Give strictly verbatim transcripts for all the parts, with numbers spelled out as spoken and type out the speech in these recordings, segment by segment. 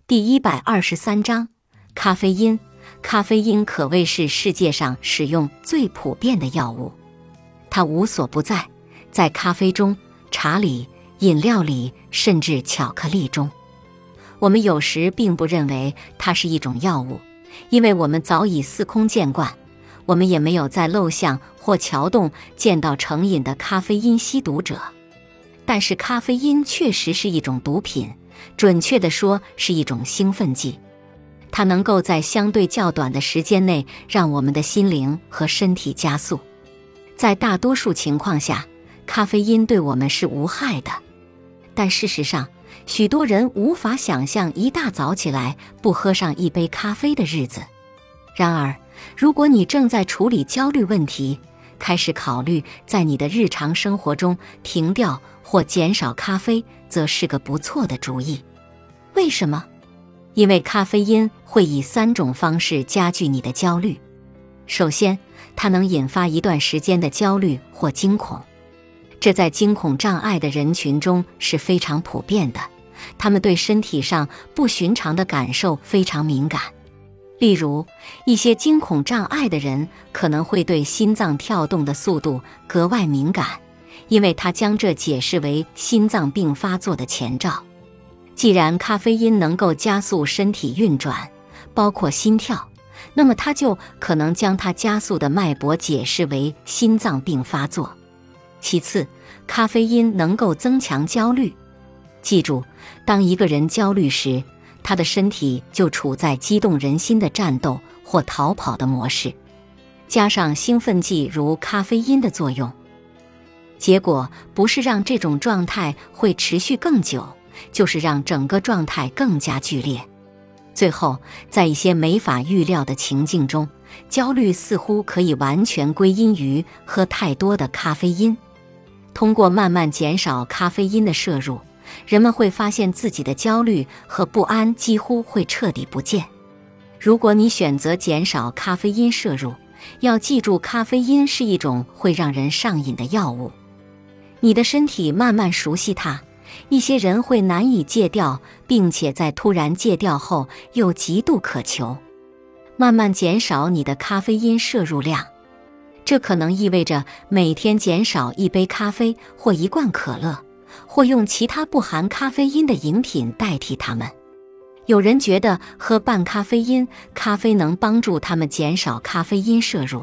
第一百二十三章咖啡因。咖啡因可谓是世界上使用最普遍的药物，它无所不在，在咖啡中、茶里、饮料里，甚至巧克力中。我们有时并不认为它是一种药物，因为我们早已司空见惯，我们也没有在陋巷或桥洞见到成瘾的咖啡因吸毒者。但是咖啡因确实是一种毒品，准确地说是一种兴奋剂。它能够在相对较短的时间内让我们的心灵和身体加速。在大多数情况下，咖啡因对我们是无害的。但事实上，许多人无法想象一大早起来不喝上一杯咖啡的日子。然而，如果你正在处理焦虑问题，开始考虑在你的日常生活中停掉或减少咖啡，则是个不错的主意。为什么？因为咖啡因会以三种方式加剧你的焦虑。首先，它能引发一段时间的焦虑或惊恐，这在惊恐障碍的人群中是非常普遍的，他们对身体上不寻常的感受非常敏感。例如，一些惊恐障碍的人可能会对心脏跳动的速度格外敏感，因为他将这解释为心脏病发作的前兆。既然咖啡因能够加速身体运转，包括心跳，那么它就可能将它加速的脉搏解释为心脏病发作。其次，咖啡因能够增强焦虑。记住，当一个人焦虑时，他的身体就处在激动人心的战斗或逃跑的模式，加上兴奋剂如咖啡因的作用，结果不是让这种状态会持续更久，就是让整个状态更加剧烈。最后，在一些没法预料的情境中，焦虑似乎可以完全归因于喝太多的咖啡因。通过慢慢减少咖啡因的摄入，人们会发现自己的焦虑和不安几乎会彻底不见。如果你选择减少咖啡因摄入，要记住，咖啡因是一种会让人上瘾的药物。你的身体慢慢熟悉它，一些人会难以戒掉，并且在突然戒掉后又极度渴求。慢慢减少你的咖啡因摄入量，这可能意味着每天减少一杯咖啡或一罐可乐，或用其他不含咖啡因的饮品代替它们。有人觉得喝半咖啡因咖啡能帮助他们减少咖啡因摄入。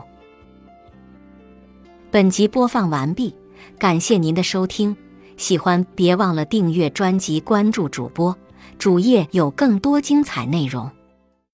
本集播放完毕，感谢您的收听。喜欢别忘了订阅专辑，关注主播，主页有更多精彩内容。